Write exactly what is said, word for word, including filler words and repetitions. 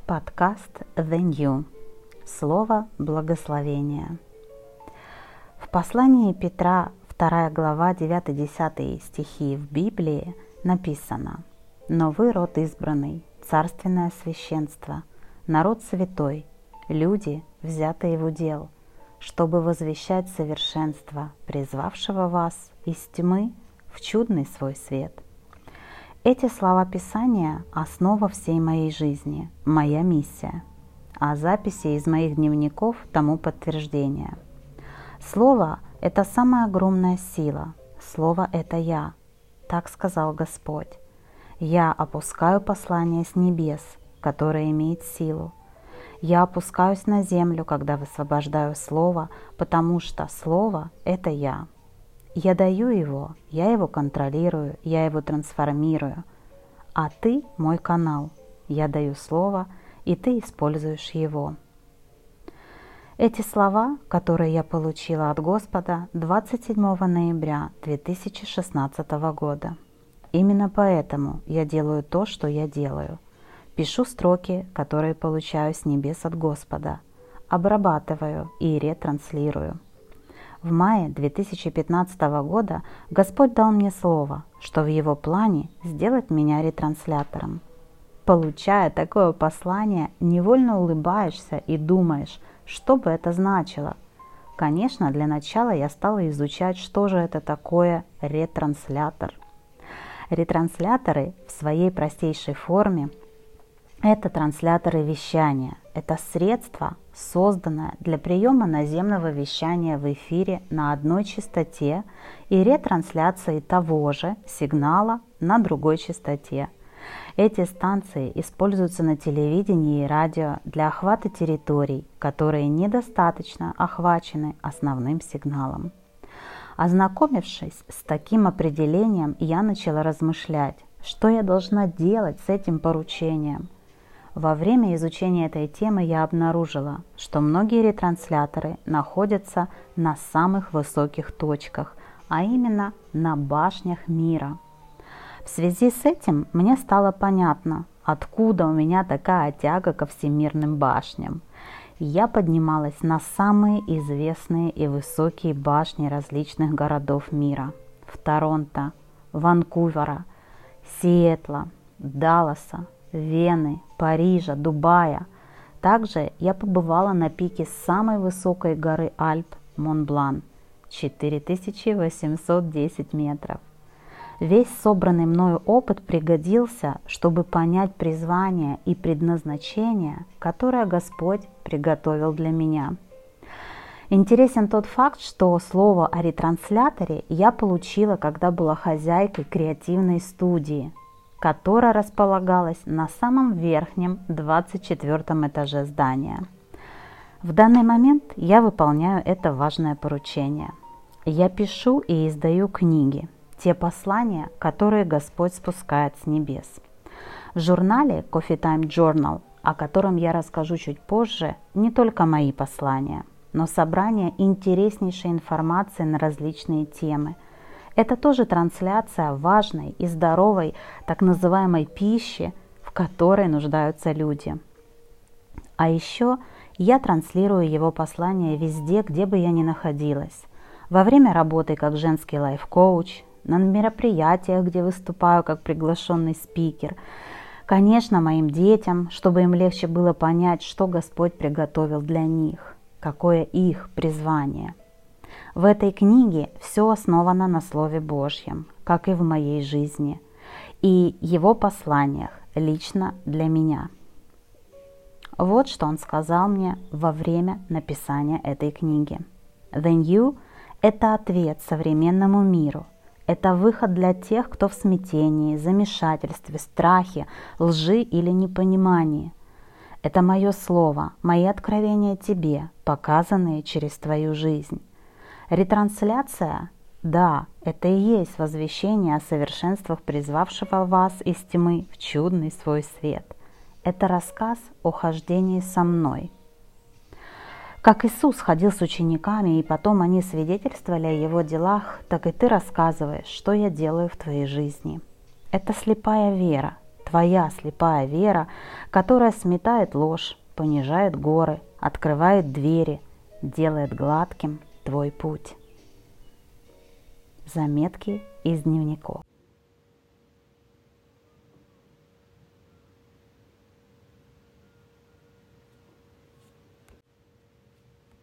Подкаст The New. Слово благословения. В послании Петра, вторая глава, девятый-десятый стихи в Библии написано: «Но вы род избранный, царственное священство, народ святой, люди, взятые в удел, чтобы возвещать совершенство, призвавшего вас из тьмы в чудный свой свет». Эти слова Писания – основа всей моей жизни, моя миссия, а записи из моих дневников тому подтверждение. Слово – это самая огромная сила, Слово – это я, так сказал Господь. Я опускаю послание с небес, которое имеет силу. Я опускаюсь на землю, когда высвобождаю Слово, потому что Слово – это я. Я даю его, я его контролирую, я его трансформирую. А ты мой канал. Я даю слово, и ты используешь его. Эти слова, которые я получила от Господа двадцать седьмого ноября две тысячи шестнадцатого года. Именно поэтому я делаю то, что я делаю. Пишу строки, которые получаю с небес от Господа, обрабатываю и ретранслирую. В мае две тысячи пятнадцатого года Господь дал мне слово, что в Его плане сделать меня ретранслятором. Получая такое послание, невольно улыбаешься и думаешь, что бы это значило. Конечно, для начала я стала изучать, что же это такое ретранслятор. Ретрансляторы в своей простейшей форме – это трансляторы вещания. Это средство, созданное для приема наземного вещания в эфире на одной частоте и ретрансляции того же сигнала на другой частоте. Эти станции используются на телевидении и радио для охвата территорий, которые недостаточно охвачены основным сигналом. Ознакомившись с таким определением, я начала размышлять, что я должна делать с этим поручением. Во время изучения этой темы я обнаружила, что многие ретрансляторы находятся на самых высоких точках, а именно на башнях мира. В связи с этим мне стало понятно, откуда у меня такая тяга ко всемирным башням. Я поднималась на самые известные и высокие башни различных городов мира – в Торонто, Ванкувера, Сиэтла, Далласа, Вены, Парижа, Дубая. Также я побывала на пике самой высокой горы Альп Монблан – четыре тысячи восемьсот десять метров. Весь собранный мною опыт пригодился, чтобы понять призвание и предназначение, которое Господь приготовил для меня. Интересен тот факт, что слово о ретрансляторе я получила, когда была хозяйкой креативной студии, которая располагалась на самом верхнем двадцать четвёртом этаже здания. В данный момент я выполняю это важное поручение. Я пишу и издаю книги, те послания, которые Господь спускает с небес. В журнале Coffee Time Journal, о котором я расскажу чуть позже, не только мои послания, но собрание интереснейшей информации на различные темы. Это тоже трансляция важной и здоровой так называемой пищи, в которой нуждаются люди. А еще я транслирую его послания везде, где бы я ни находилась. Во время работы как женский лайф-коуч, на мероприятиях, где выступаю как приглашенный спикер. Конечно, моим детям, чтобы им легче было понять, что Господь приготовил для них, какое их призвание. В этой книге все основано на Слове Божьем, как и в моей жизни, и Его посланиях лично для меня. Вот что Он сказал мне во время написания этой книги. The New – это ответ современному миру. Это выход для тех, кто в смятении, замешательстве, страхе, лжи или непонимании. Это мое слово, мои откровения тебе, показанные через твою жизнь. Ретрансляция – да, это и есть возвещение о совершенствах, призвавшего вас из тьмы в чудный свой свет. Это рассказ о хождении со мной. Как Иисус ходил с учениками, и потом они свидетельствовали о Его делах, так и ты рассказываешь, что я делаю в твоей жизни. Это слепая вера, твоя слепая вера, которая сметает ложь, понижает горы, открывает двери, делает гладким твой путь. Заметки из дневников.